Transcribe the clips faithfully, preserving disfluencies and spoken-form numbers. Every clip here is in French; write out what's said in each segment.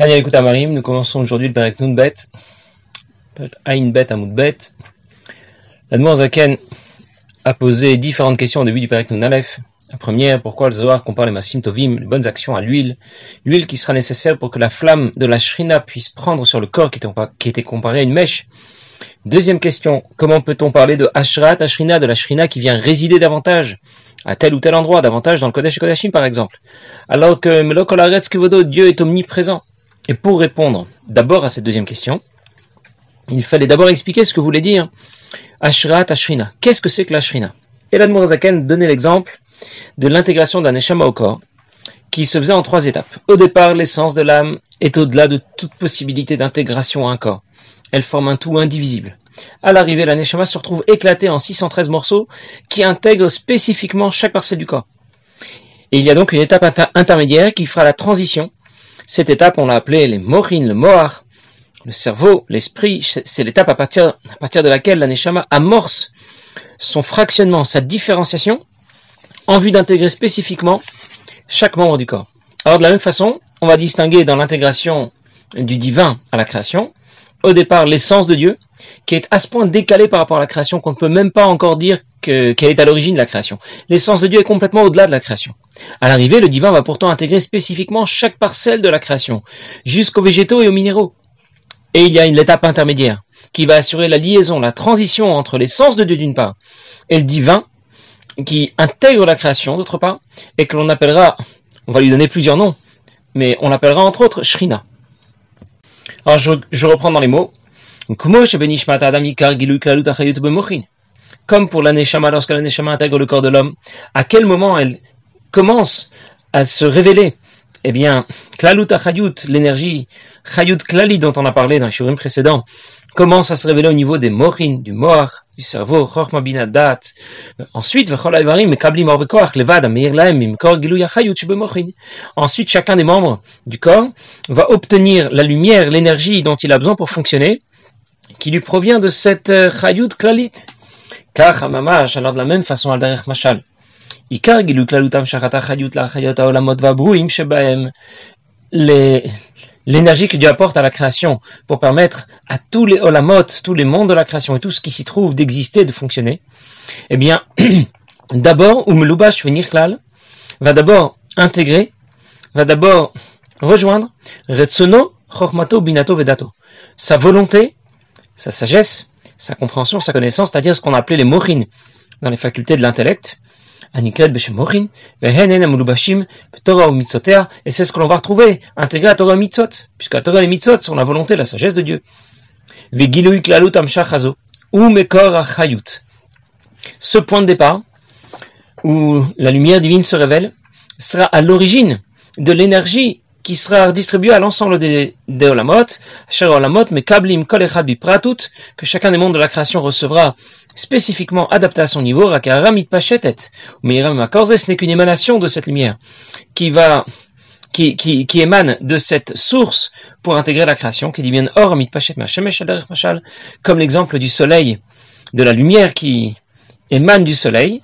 Allez, écoute Amarim, nous commençons aujourd'hui le Perek Nun Bet, Aïn Bet Amoud Bet. L'Admor Zaken a posé différentes questions au début du Perek Nun Aleph. La première, pourquoi le Zohar compare les Masim Tovim, les bonnes actions, à l'huile, l'huile qui sera nécessaire pour que la flamme de la Shrina puisse prendre sur le corps qui était, qui était comparé à une mèche. Deuxième question, comment peut-on parler de Ashrat, Ashrina, de la Shrina qui vient résider davantage à tel ou tel endroit, davantage dans le Kodesh et Kodashim par exemple, alors que Melok Olaretz Kevodo, Dieu est omniprésent. Et pour répondre d'abord à cette deuxième question, il fallait d'abord expliquer ce que voulait dire Ashrat, Ashrina. Qu'est-ce que c'est que la Shrina? Et l'Admor Zaken donnait l'exemple de l'intégration d'un Neshama au corps, qui se faisait en trois étapes. Au départ, l'essence de l'âme est au-delà de toute possibilité d'intégration à un corps. Elle forme un tout indivisible. À l'arrivée, la Neshama se retrouve éclatée en six cent treize morceaux qui intègrent spécifiquement chaque parcelle du corps. Et il y a donc une étape inter- intermédiaire qui fera la transition. Cette étape, on l'a appelée les Morin, le Mohar, le cerveau, l'esprit. C'est l'étape à partir, à partir de laquelle la Neshama amorce son fractionnement, sa différenciation, en vue d'intégrer spécifiquement chaque membre du corps. Alors de la même façon, on va distinguer dans l'intégration du divin à la création, au départ l'essence de Dieu, qui est à ce point décalée par rapport à la création qu'on ne peut même pas encore dire que, qu'elle est à l'origine de la création. L'essence de Dieu est complètement au-delà de la création. À l'arrivée, le divin va pourtant intégrer spécifiquement chaque parcelle de la création, jusqu'aux végétaux et aux minéraux. Et il y a une étape intermédiaire, qui va assurer la liaison, la transition entre l'essence de Dieu d'une part, et le divin, qui intègre la création d'autre part, et que l'on appellera, on va lui donner plusieurs noms, mais on l'appellera entre autres Shrina. Alors je, je reprends dans les mots, comme pour la Neshama, lorsque la Neshama intègre le corps de l'homme, à quel moment elle commence à se révéler? Eh bien, Klalut Achayut, l'énergie Chayut Klali dont on a parlé dans les shurim précédents, commence à se révéler au niveau des Morin, du Moar, du cerveau, Chochma Bina Dat. Ensuite, Ensuite, chacun des membres du corps va obtenir la lumière, l'énergie dont il a besoin pour fonctionner, qui lui provient de cette Chayut Klalit. Car, Mamash, alors de la même façon, Al-Darech Mashal, les l'énergie que Dieu apporte à la création pour permettre à tous les olamot, tous les mondes de la création et tout ce qui s'y trouve d'exister, de fonctionner, eh bien, d'abord, Umlubash Venirklal va d'abord intégrer, va d'abord rejoindre Retsono, Chochmato, Binato, Vedato, sa volonté, sa sagesse, sa compréhension, sa connaissance, c'est-à-dire ce qu'on a appelé les morin dans les facultés de l'intellect, et c'est ce que l'on va retrouver intégré à Torah et Mitzvot, puisque la Torah et les Mitzvot sont la volonté et la sagesse de Dieu. Ce point de départ, où la lumière divine se révèle, sera à l'origine de l'énergie qui sera distribuée à l'ensemble des, des Olamot, que chacun des mondes de la création recevra spécifiquement adapté à son niveau, mais ce n'est qu'une émanation de cette lumière qui va, qui, qui, qui émane de cette source pour intégrer la création, qui devient or, comme l'exemple du soleil, de la lumière qui émane du soleil,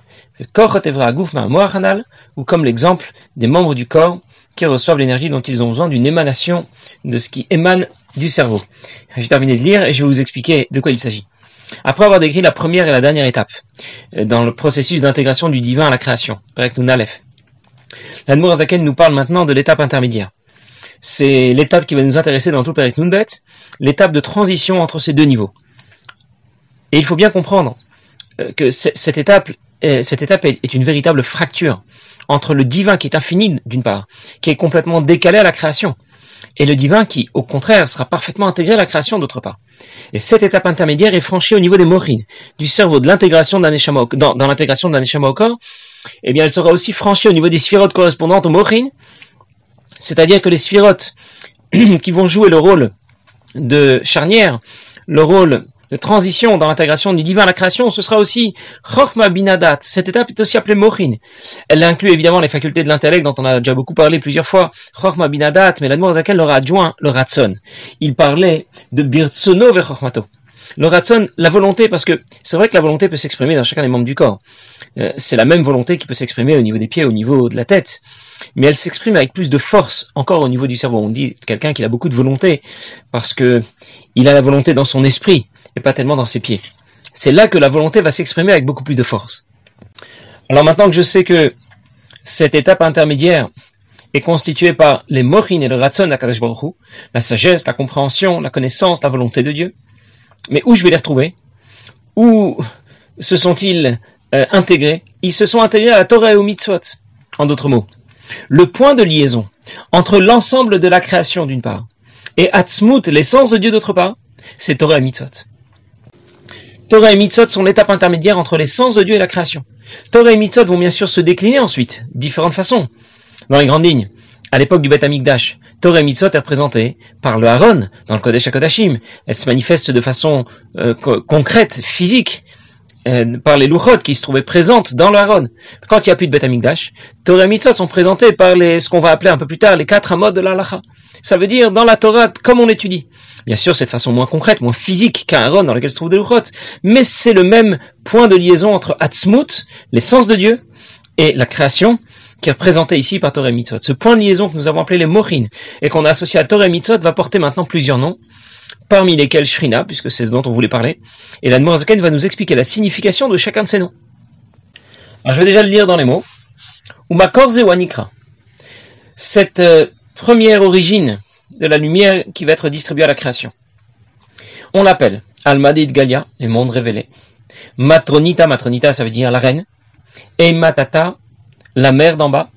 ou comme l'exemple des membres du corps qui reçoivent l'énergie dont ils ont besoin d'une émanation de ce qui émane du cerveau. J'ai terminé de lire et je vais vous expliquer de quoi il s'agit. Après avoir décrit la première et la dernière étape dans le processus d'intégration du divin à la création, Perek Nun Aleph, l'Admor Zaken nous parle maintenant de l'étape intermédiaire. C'est l'étape qui va nous intéresser dans tout le Perek Nun Bet, l'étape de transition entre ces deux niveaux. Et il faut bien comprendre que cette étape, cette étape est une véritable fracture entre le divin qui est infini d'une part, qui est complètement décalé à la création, et le divin qui, au contraire, sera parfaitement intégré à la création d'autre part. Et cette étape intermédiaire est franchie au niveau des morin, du cerveau, de l'intégration d'un neshama, dans, dans l'intégration d'un neshama au corps, eh bien elle sera aussi franchie au niveau des sphirotes correspondantes aux morin, c'est-à-dire que les sphirotes qui vont jouer le rôle de charnière, le rôle de transition dans l'intégration du divin à la création, ce sera aussi Chochma Binadat. Cette étape est aussi appelée Morin. Elle inclut évidemment les facultés de l'intellect dont on a déjà beaucoup parlé plusieurs fois, Chochma Binadat, mais l'Admor Zaken leur a adjoint le Ratson. Il parlait de Birtsono ve Chochmato. Le ratson, la volonté, parce que c'est vrai que la volonté peut s'exprimer dans chacun des membres du corps. Euh, c'est la même volonté qui peut s'exprimer au niveau des pieds, au niveau de la tête. Mais elle s'exprime avec plus de force encore au niveau du cerveau. On dit quelqu'un qui a beaucoup de volonté parce que il a la volonté dans son esprit et pas tellement dans ses pieds. C'est là que la volonté va s'exprimer avec beaucoup plus de force. Alors maintenant que je sais que cette étape intermédiaire est constituée par les mochin et le ratson d'Akadosh Baruch Hu, la sagesse, la compréhension, la connaissance, la volonté de Dieu. Mais où je vais les retrouver? Où se sont-ils euh, intégrés? Ils se sont intégrés à la Torah et au mitzvot. En d'autres mots, le point de liaison entre l'ensemble de la création d'une part et Atzmut, l'essence de Dieu d'autre part, c'est Torah et mitzvot. Torah et mitzvot sont l'étape intermédiaire entre l'essence de Dieu et la création. Torah et mitzvot vont bien sûr se décliner ensuite, différentes façons. Dans les grandes lignes, à l'époque du Beth Amikdash, Torah et mitzvot est représentée par le Aaron, dans le Kodesh HaKodashim. Elle se manifeste de façon euh, co- concrète, physique, euh, par les Luchot qui se trouvaient présentes dans le Aaron. Quand il n'y a plus de Beth Amikdash, Torah et mitzvot sont présentées par les, ce qu'on va appeler un peu plus tard les quatre amot de la halacha. Ça veut dire dans la Torah comme on l'étudie. Bien sûr, c'est de façon moins concrète, moins physique qu'un Aaron dans lequel se trouvent des Luchot, mais c'est le même point de liaison entre Atzmut, l'essence de Dieu, et la création, qui est représenté ici par Torah et Mitzvot. Ce point de liaison que nous avons appelé les mochin et qu'on a associé à Torah et Mitzvot va porter maintenant plusieurs noms, parmi lesquels Shrina, puisque c'est ce dont on voulait parler, et l'Admor HaZaken va nous expliquer la signification de chacun de ces noms. Alors je vais déjà le lire dans les mots. Umakor Ze Wanikra. Cette euh, première origine de la lumière qui va être distribuée à la création. On l'appelle Almadid Galia, les mondes révélés. Matronita, Matronita ça veut dire la reine. Eimatata, la mer d'en bas,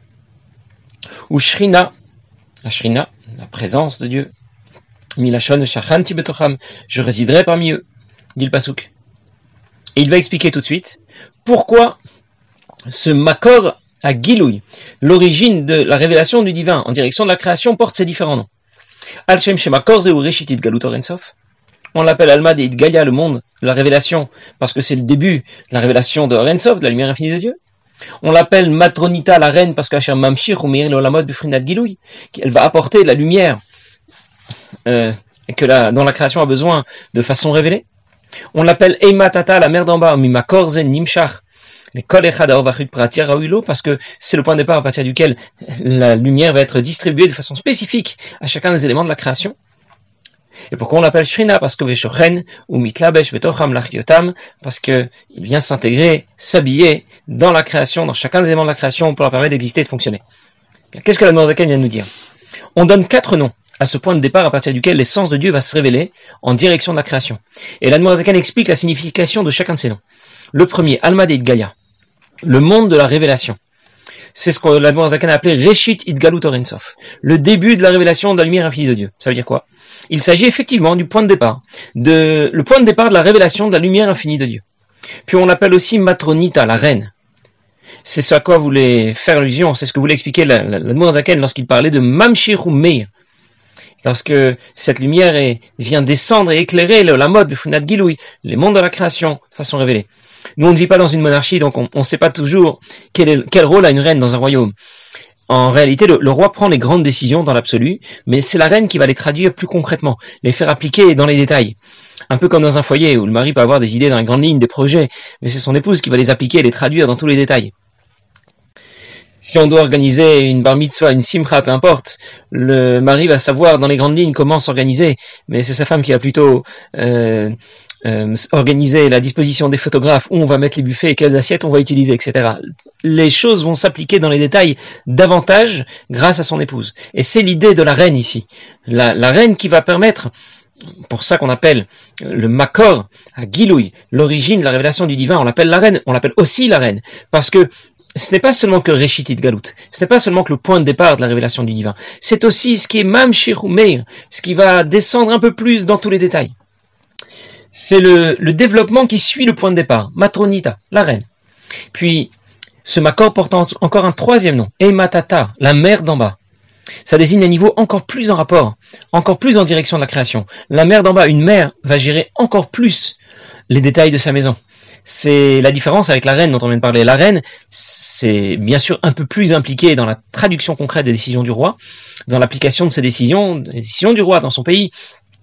ou Shrina, la Shrina, la présence de Dieu, Milachon Shachanti Betocham, je résiderai parmi eux, dit le Pasuk. Et il va expliquer tout de suite pourquoi ce Makor à Gilouï, l'origine de la révélation du divin en direction de la création, porte ces différents noms. Al-Shem Shemakor Zeu Reshitit Galut Orensof. On l'appelle Alma de Galia, le monde, la révélation, parce que c'est le début de la révélation de Orensof, de la lumière infinie de Dieu. On l'appelle Matronita, la reine, parce qu'Hashem Mamshir ou Meir Lolamot Bufrinat Gilouï, elle va apporter de la lumière euh, que la, dont la création a besoin de façon révélée. On l'appelle Eimatata, la mer d'en bas, Mimakor Zen Nimshach, les Kol Echad Aovachut Pratia Raouilo, parce que c'est le point de départ à partir duquel la lumière va être distribuée de façon spécifique à chacun des éléments de la création. Et pourquoi on l'appelle Shrina? Parce que Veshochen ou Mitlabesh Betocham Lachiotam, parce que il vient s'intégrer, s'habiller dans la création, dans chacun des éléments de la création pour leur permettre d'exister et de fonctionner. Qu'est-ce que l'Admor HaZaken vient de nous dire? On donne quatre noms à ce point de départ à partir duquel l'essence de Dieu va se révéler en direction de la création. Et l'Admor HaZaken explique la signification de chacun de ces noms. Le premier, Alma de Galia, le monde de la révélation. C'est ce que l'Admor HaZaken a appelé Reshit Idgalut Orensof, le début de la révélation de la lumière infinie de Dieu. Ça veut dire quoi? Il s'agit effectivement du point de départ, de, le point de départ de la révélation de la lumière infinie de Dieu. Puis on l'appelle aussi Matronita, la reine. C'est ce à quoi voulait faire allusion, c'est ce que voulait expliquer l'Admor HaZaken lorsqu'il parlait de Mamshir ou Meir. Lorsque cette lumière est, vient descendre et éclairer le, la mode, le Funat Gilouï, les mondes de la création, de façon révélée. Nous, on ne vit pas dans une monarchie, donc on ne sait pas toujours quel, est, quel rôle a une reine dans un royaume. En réalité, le, le roi prend les grandes décisions dans l'absolu, mais c'est la reine qui va les traduire plus concrètement, les faire appliquer dans les détails. Un peu comme dans un foyer où le mari peut avoir des idées dans les grandes lignes, des projets, mais c'est son épouse qui va les appliquer et les traduire dans tous les détails. Si on doit organiser une bar mitzvah, une simcha, peu importe, le mari va savoir dans les grandes lignes comment s'organiser, mais c'est sa femme qui va plutôt euh, euh, organiser la disposition des photographes, où on va mettre les buffets et quelles assiettes on va utiliser, et cetera. Les choses vont s'appliquer dans les détails davantage grâce à son épouse. Et c'est l'idée de la reine ici. La, la reine qui va permettre, pour ça qu'on appelle le Makor à Gilouï, l'origine de la révélation du divin, on l'appelle la reine, on l'appelle aussi la reine, parce que ce n'est pas seulement que Reshitit Galut, ce n'est pas seulement que le point de départ de la révélation du divin, c'est aussi ce qui est Mamshir ou Meir, ce qui va descendre un peu plus dans tous les détails. C'est le, le développement qui suit le point de départ, Matronita, la reine. Puis, ce Makor porte encore un troisième nom, Eimatata, la mer d'en bas. Ça désigne un niveau encore plus en rapport, encore plus en direction de la création. La mer d'en bas, une mère, va gérer encore plus les détails de sa maison. C'est la différence avec la reine dont on vient de parler. La reine, c'est bien sûr un peu plus impliquée dans la traduction concrète des décisions du roi, dans l'application de ces décisions, des décisions du roi dans son pays,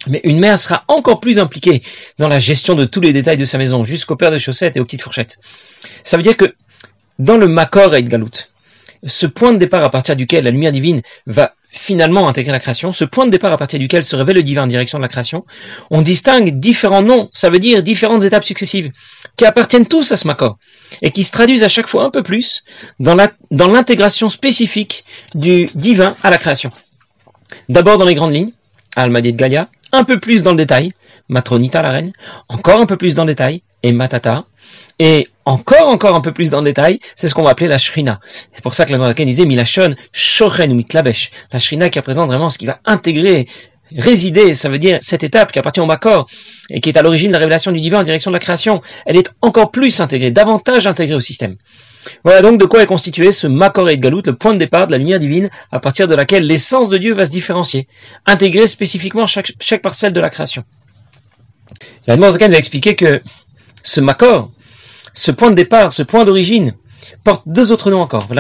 Mais une mère sera encore plus impliquée dans la gestion de tous les détails de sa maison, jusqu'aux paires de chaussettes et aux petites fourchettes. Ça veut dire que dans le Makor et Galout, ce point de départ à partir duquel la lumière divine va finalement intégrer la création, ce point de départ à partir duquel se révèle le divin en direction de la création, on distingue différents noms, ça veut dire différentes étapes successives, qui appartiennent tous à ce Makor, et qui se traduisent à chaque fois un peu plus dans la, dans l'intégration spécifique du divin à la création. D'abord dans les grandes lignes, Alma-Dit Gaïa, un peu plus dans le détail, Matronita la reine, encore un peu plus dans le détail, et Matata, et encore, encore un peu plus dans le détail, c'est ce qu'on va appeler la Shrina. C'est pour ça que la Moraken disait Milachon, Shochen ou Mitlabesh. La Shrina qui représente vraiment ce qui va intégrer, résider, ça veut dire cette étape qui appartient au Makor et qui est à l'origine de la révélation du divin en direction de la création. Elle est encore plus intégrée, davantage intégrée au système. Voilà donc de quoi est constitué ce Makor et Galout, le point de départ de la lumière divine à partir de laquelle l'essence de Dieu va se différencier, intégrer spécifiquement chaque, chaque parcelle de la création. La Moraken va expliquer que ce Makor, ce point de départ, ce point d'origine, porte deux autres noms encore.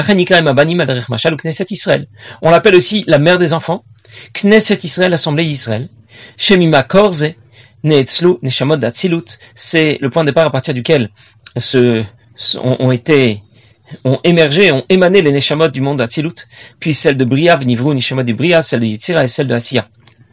On l'appelle aussi la mère des enfants, Knesset Israël, l'assemblée d'Israël. Shemima Korze, Neetzlu, Neshamot d'Atzilut, c'est le point de départ à partir duquel se, ont, ont été, ont émergé, ont émané les Neshamot du monde d'Atzilut, puis celle de Bria, Vnivru, Neshamot de Bria, celle de Yitzira et celle de Asiya.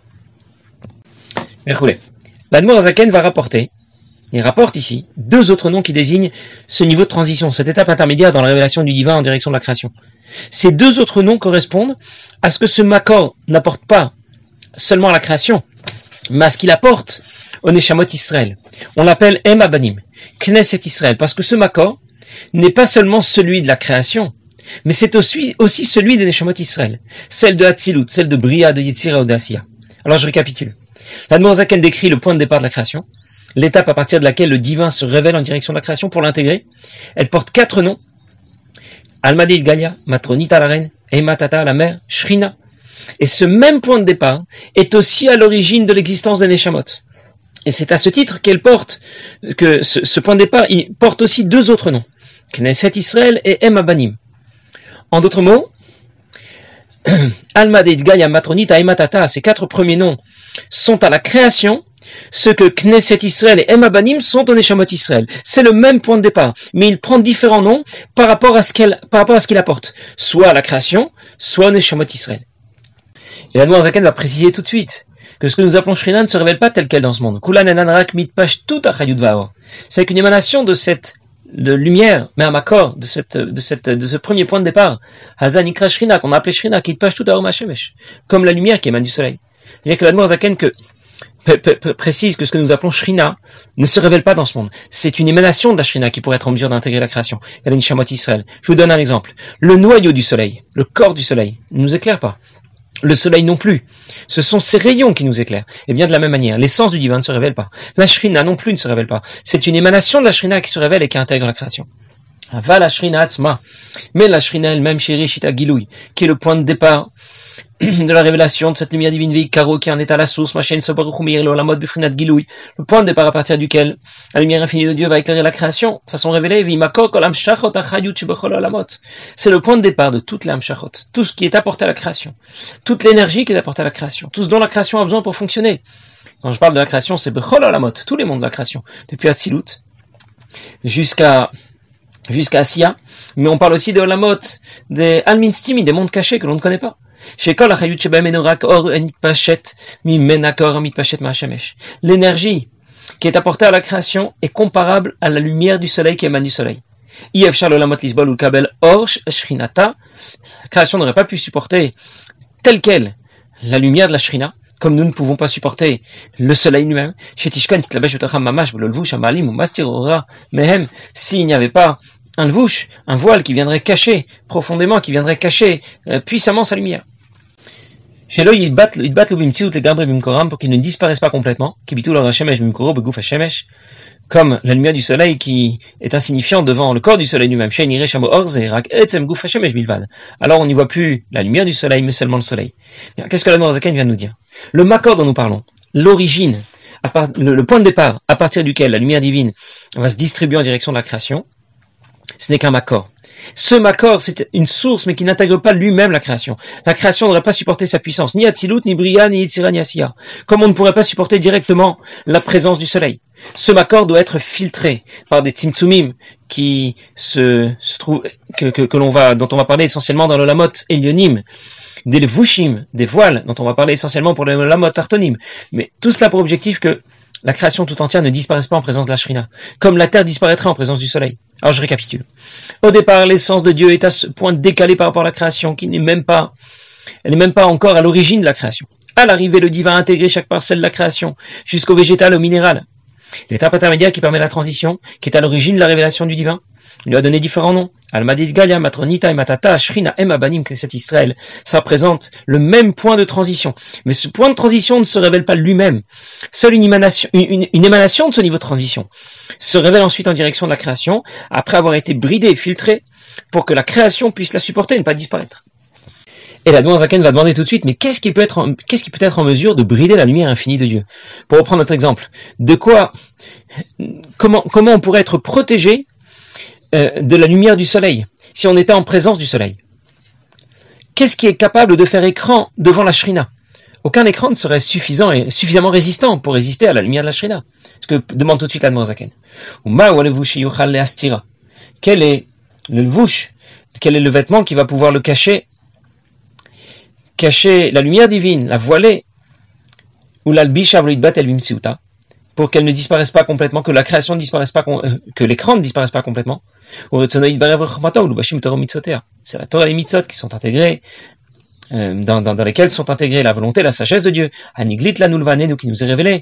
L'Admor Azaken va rapporter, il rapporte ici deux autres noms qui désignent ce niveau de transition, cette étape intermédiaire dans la révélation du divin en direction de la création. Ces deux autres noms correspondent à ce que ce Makor n'apporte pas seulement à la création, mais à ce qu'il apporte au Neshamot Israël. On l'appelle Em Abanim, Knesset Israël, parce que ce Makor n'est pas seulement celui de la création, mais c'est aussi, aussi celui des Neshamot Israël, celle de Hatzilut, celle de Bria, de Yitzira ou d'Asiya. Alors je récapitule. L'Admor Zaken décrit le point de départ de la création, l'étape à partir de laquelle le divin se révèle en direction de la création pour l'intégrer. Elle porte quatre noms. Alma-Dit Gaïa, Matronita la reine, et Matata la mère, Shrina. Et ce même point de départ est aussi à l'origine de l'existence des Neshamot. Et c'est à ce titre qu'elle porte, que ce, ce point de départ, il porte aussi deux autres noms. Knesset Israël et Em Abanim. En d'autres mots, Alma-Dit Gaïa, Matronita et Matata, ces quatre premiers noms, sont à la création ce que Knesset Israël et Em Abanim sont au Neshamot Israël. C'est le même point de départ, mais il prend différents noms par rapport à ce qu'elle, par rapport à ce qu'il apporte, soit à la création, soit au Neshamot Israël. Et la Noirzaken va préciser tout de suite que ce que nous appelons Shrina ne se révèle pas tel quel dans ce monde. Kulan enanrak mitpash tout achayut vaor. C'est qu'une émanation de cette de lumière, mais à Makor, de cette, de cette, de ce premier point de départ, Hazanikra Shrina, qu'on a appelé Shrina, qui pash tout aor shemesh, comme la lumière qui émane du soleil. C'est-à-dire que la Noirzaken que précise que ce que nous appelons Shrina ne se révèle pas dans ce monde. C'est une émanation de la Shrina qui pourrait être en mesure d'intégrer la création. Il y a le Neshamot Israël. Je vous donne un exemple. Le noyau du soleil, le corps du soleil, ne nous éclaire pas. Le soleil non plus. Ce sont ces rayons qui nous éclairent. Et bien de la même manière, l'essence du divin ne se révèle pas. La Shrina non plus ne se révèle pas. C'est une émanation de la Shrina qui se révèle et qui intègre la création. Va la Shrina atzma. Mais la Shrina elle-même, Shiri Shita Giloui, qui est le point de départ de la révélation de cette lumière divine Veikaro qui en est à la source, Machen Sobaruchumir le Lamod Befrinat Giloui, le point de départ à partir duquel la lumière infinie de Dieu va éclairer la création de façon révélée. Vimako Kolam Shachot Achayut Shebechol Olamot. C'est le point de départ de toute l'âme Shachot, tout ce qui est apporté à la création, toute l'énergie qui est apportée à la création, tout ce dont la création a besoin pour fonctionner. Quand je parle de la création, c'est Bechol Olamot, tous les mondes de la création, depuis Hatzilut jusqu'à jusqu'à Asiya, mais on parle aussi de Olamot, des Alminstimi, des mondes cachés que l'on ne connaît pas. L'énergie qui est apportée à la création est comparable à la lumière du soleil qui émane du soleil. La création n'aurait pas pu supporter telle quelle la lumière de la Shrina, comme nous ne pouvons pas supporter le soleil lui-même. S'il n'y avait pas un lvouch, un voile qui viendrait cacher profondément, qui viendrait cacher euh, puissamment sa lumière. Chez l'œil, ils battent ils battent le bimtsiout les gabres bimkoram pour qu'ils ne disparaissent pas complètement. Kibitu leur shemesh bimkoro begouf shemesh, comme la lumière du soleil qui est insignifiante devant le corps du soleil lui-même. Chez nire shamo orze rak etzem gouf shemesh bilvad. Alors on n'y voit plus la lumière du soleil, mais seulement le soleil. Bien, qu'est-ce que la Noirzaken vient de nous dire? Le Makor dont nous parlons, l'origine, à part, le, le point de départ à partir duquel la lumière divine va se distribuer en direction de la création, ce n'est qu'un makor. Ce makor, c'est une source, mais qui n'intègre pas lui-même la création. La création n'aurait pas supporté sa puissance, ni Atzilut, ni Bria, ni Yitzira, ni Asiya. Comme on ne pourrait pas supporter directement la présence du soleil. Ce makor doit être filtré par des tzimtzumim qui se, se trouvent, que, que, que l'on va, dont on va parler essentiellement dans le Lamot Elyonim, des levushim, des voiles, dont on va parler essentiellement pour le Lamot Artonim. Mais tout cela pour objectif que la création tout entière ne disparaisse pas en présence de la Shrina, comme la terre disparaîtrait en présence du soleil. Alors je récapitule. Au départ, l'essence de Dieu est à ce point décalée par rapport à la création, qui n'est même pas, elle n'est même pas encore à l'origine de la création. À l'arrivée, le divin a intégré chaque parcelle de la création, jusqu'au végétal, au minéral. L'étape intermédiaire qui permet la transition, qui est à l'origine de la révélation du divin, il lui a donné différents noms. Almadid Galia, Matronita et Matata, Shrina, Em Abanim, Knesset Israël. Ça représente le même point de transition. Mais ce point de transition ne se révèle pas lui-même. Seule une émanation, une, une, une émanation de ce niveau de transition se révèle ensuite en direction de la création, après avoir été bridée et filtrée, pour que la création puisse la supporter et ne pas disparaître. Et la Zaken va demander tout de suite, mais qu'est-ce qui peut être, en, qu'est-ce qui peut être en mesure de brider la lumière infinie de Dieu? Pour reprendre notre exemple, de quoi, comment, comment on pourrait être protégé euh, de la lumière du soleil, si on était en présence du soleil? Qu'est-ce qui est capable de faire écran devant la Shrina? Aucun écran ne serait suffisant et suffisamment résistant pour résister à la lumière de la Shrina. Ce que demande tout de suite la Zaken. Quel est le levush? Quel est le vêtement qui va pouvoir le cacher? Cacher la lumière divine, la voiler, ou l'albish avloidbat el bimtsiuta, pour qu'elle ne disparaisse pas complètement, que la création ne disparaisse pas, que l'écran ne disparaisse pas complètement. C'est la Torah et les mitzvot qui sont intégrés, euh, dans, dans, dans lesquels sont intégrées la volonté, la sagesse de Dieu. Aniglit la nulvanenu qui nous est révélée.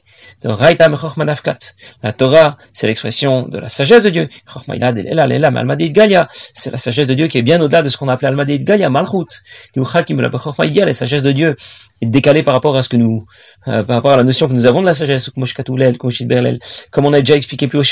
La Torah, c'est l'expression de la sagesse de Dieu. C'est la sagesse de Dieu qui est bien au-delà de ce qu'on a appelé Almadeit Galia, Malchut. La sagesse de Dieu est décalée par rapport à ce que nous, euh, par rapport à la notion que nous avons de la sagesse, comme on a déjà expliqué plus haut,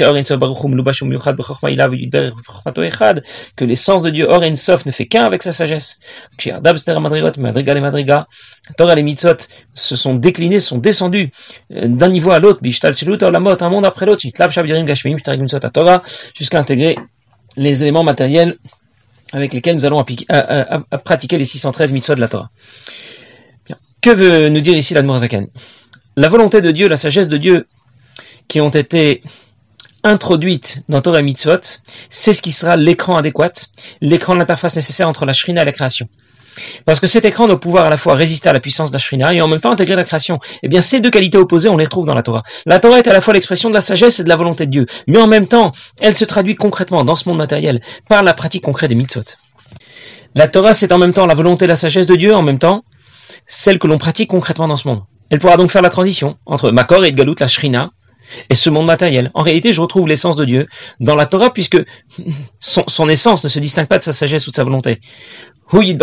que l'essence de Dieu, Or Ein Sof, ne fait qu'un avec sa sagesse. Madriga les Madriga, Torah et les Mitzvot se sont déclinés, se sont descendus d'un niveau à l'autre, un monde après l'autre, Torah, jusqu'à intégrer les éléments matériels avec lesquels nous allons appliquer, à, à, à pratiquer les six cent treize Mitzvot de la Torah. Bien. Que veut nous dire ici l'Admor Zaken? La volonté de Dieu, la sagesse de Dieu, qui ont été introduite dans Torah et Mitzvot, c'est ce qui sera l'écran adéquat, l'écran de l'interface nécessaire entre la Shrina et la création. Parce que cet écran doit pouvoir à la fois résister à la puissance de la Shrina et en même temps intégrer la création. Eh bien, ces deux qualités opposées, on les retrouve dans la Torah. La Torah est à la fois l'expression de la sagesse et de la volonté de Dieu, mais en même temps, elle se traduit concrètement dans ce monde matériel par la pratique concrète des mitzvot. La Torah, c'est en même temps la volonté et la sagesse de Dieu, en même temps, celle que l'on pratique concrètement dans ce monde. Elle pourra donc faire la transition entre Makor et Galut, la Shrina, et ce monde matériel. En réalité, je retrouve l'essence de Dieu dans la Torah, puisque son, son essence ne se distingue pas de sa sagesse ou de sa volonté. Et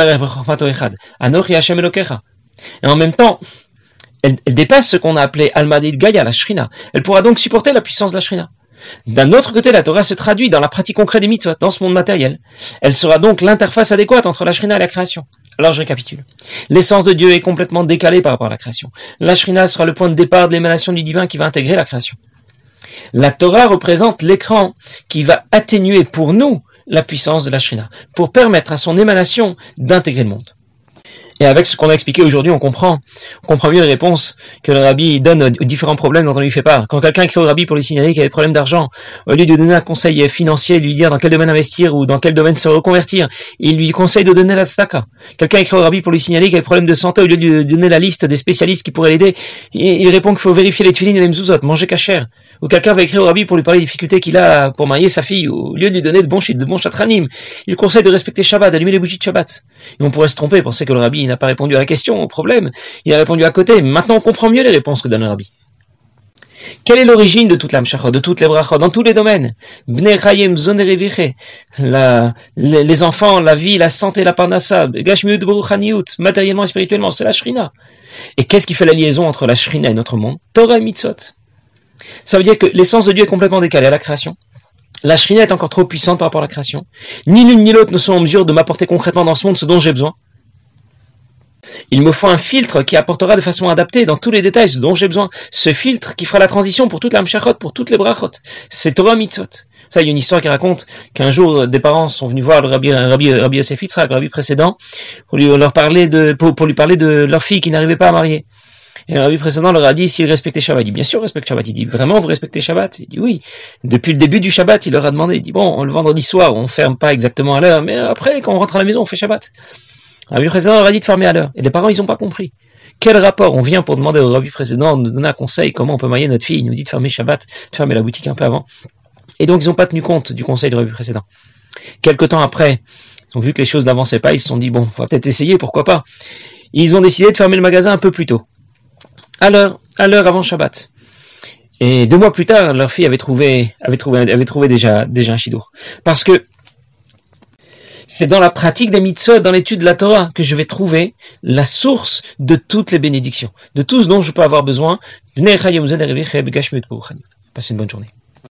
en même temps, elle, elle dépasse ce qu'on a appelé Almadid Gaia, la Shrina. Elle pourra donc supporter la puissance de la Shrina. D'un autre côté, la Torah se traduit dans la pratique concrète des mitzvot, dans ce monde matériel. Elle sera donc l'interface adéquate entre la Shrina et la création. Alors je récapitule. L'essence de Dieu est complètement décalée par rapport à la création. La Shrina sera le point de départ de l'émanation du divin qui va intégrer la création. La Torah représente l'écran qui va atténuer pour nous la puissance de la Shrina, pour permettre à son émanation d'intégrer le monde. Et avec ce qu'on a expliqué aujourd'hui, on comprend, on comprend mieux les réponses que le rabbi donne aux différents problèmes dont on lui fait part. Quand quelqu'un écrit au rabbi pour lui signaler qu'il a des problèmes d'argent, au lieu de lui donner un conseil financier, lui dire dans quel domaine investir ou dans quel domaine se reconvertir, il lui conseille de donner la tzedaka. Quelqu'un écrit au rabbi pour lui signaler qu'il a des problèmes de santé, au lieu de lui donner la liste des spécialistes qui pourraient l'aider, il répond qu'il faut vérifier les tefilines et les mezuzot, manger kasher. Ou quelqu'un va écrire au rabbi pour lui parler des difficultés qu'il a pour marier sa fille, au lieu de lui donner de bons shit, de bons chatranim, il conseille de respecter Shabbat, d'allumer les bougies de Shabbat. Et on pourrait se tromper, penser que le rabbi n'a pas répondu à la question, au problème, il a répondu à côté. Maintenant on comprend mieux les réponses que donne le rabbi. Quelle est l'origine de toute l'amshachot, de toutes les brachot, dans tous les domaines? Bnei chayim zonereviche, la, les, les enfants, la vie, la santé, la parnassa, gashmiut beruchaniut, matériellement et spirituellement, c'est la shrina. Et qu'est-ce qui fait la liaison entre la shrina et notre monde? Torah et mitzvot. Ça veut dire que l'essence de Dieu est complètement décalée à la création. La Shrina est encore trop puissante par rapport à la création. Ni l'une ni l'autre ne sont en mesure de m'apporter concrètement dans ce monde ce dont j'ai besoin. Il me faut un filtre qui apportera de façon adaptée dans tous les détails ce dont j'ai besoin. Ce filtre qui fera la transition pour toute la mshachot, pour toutes les brachot. C'est Torah mitzvot. Ça, il y a une histoire qui raconte qu'un jour, des parents sont venus voir le Rabbi, Rabbi, Rabbi Yosef Yitzhak, le Rabbi précédent, pour lui, leur parler de, pour, pour lui parler de leur fille qui n'arrivait pas à marier. Et le Rabbi précédent leur a dit s'ils respectaient Shabbat. Il dit, bien sûr, respecte Shabbat. Il dit, vraiment, vous respectez Shabbat? Il dit, oui. Depuis le début du Shabbat, il leur a demandé, il dit, bon, le vendredi soir, on ferme pas exactement à l'heure, mais après, quand on rentre à la maison, on fait Shabbat. Le Rabbi précédent leur a dit de fermer à l'heure. Et les parents, ils ont pas compris. Quel rapport? On vient pour demander au Rabbi précédent de donner un conseil, comment on peut marier notre fille. Il nous dit de fermer Shabbat, de fermer la boutique un peu avant. Et donc, ils n'ont pas tenu compte du conseil du Rabbi précédent. Quelque temps après, ils ont vu que les choses n'avançaient pas, ils se sont dit, bon, on va peut-être essayer, pourquoi pas. Ils ont décidé de fermer le magasin un peu plus tôt. À l'heure, à l'heure avant Shabbat. Et deux mois plus tard, leur fille avait trouvé, avait trouvé, avait trouvé déjà, déjà un chidour. Parce que c'est dans la pratique des mitzvot, dans l'étude de la Torah, que je vais trouver la source de toutes les bénédictions, de tout ce dont je peux avoir besoin. Passez une bonne journée.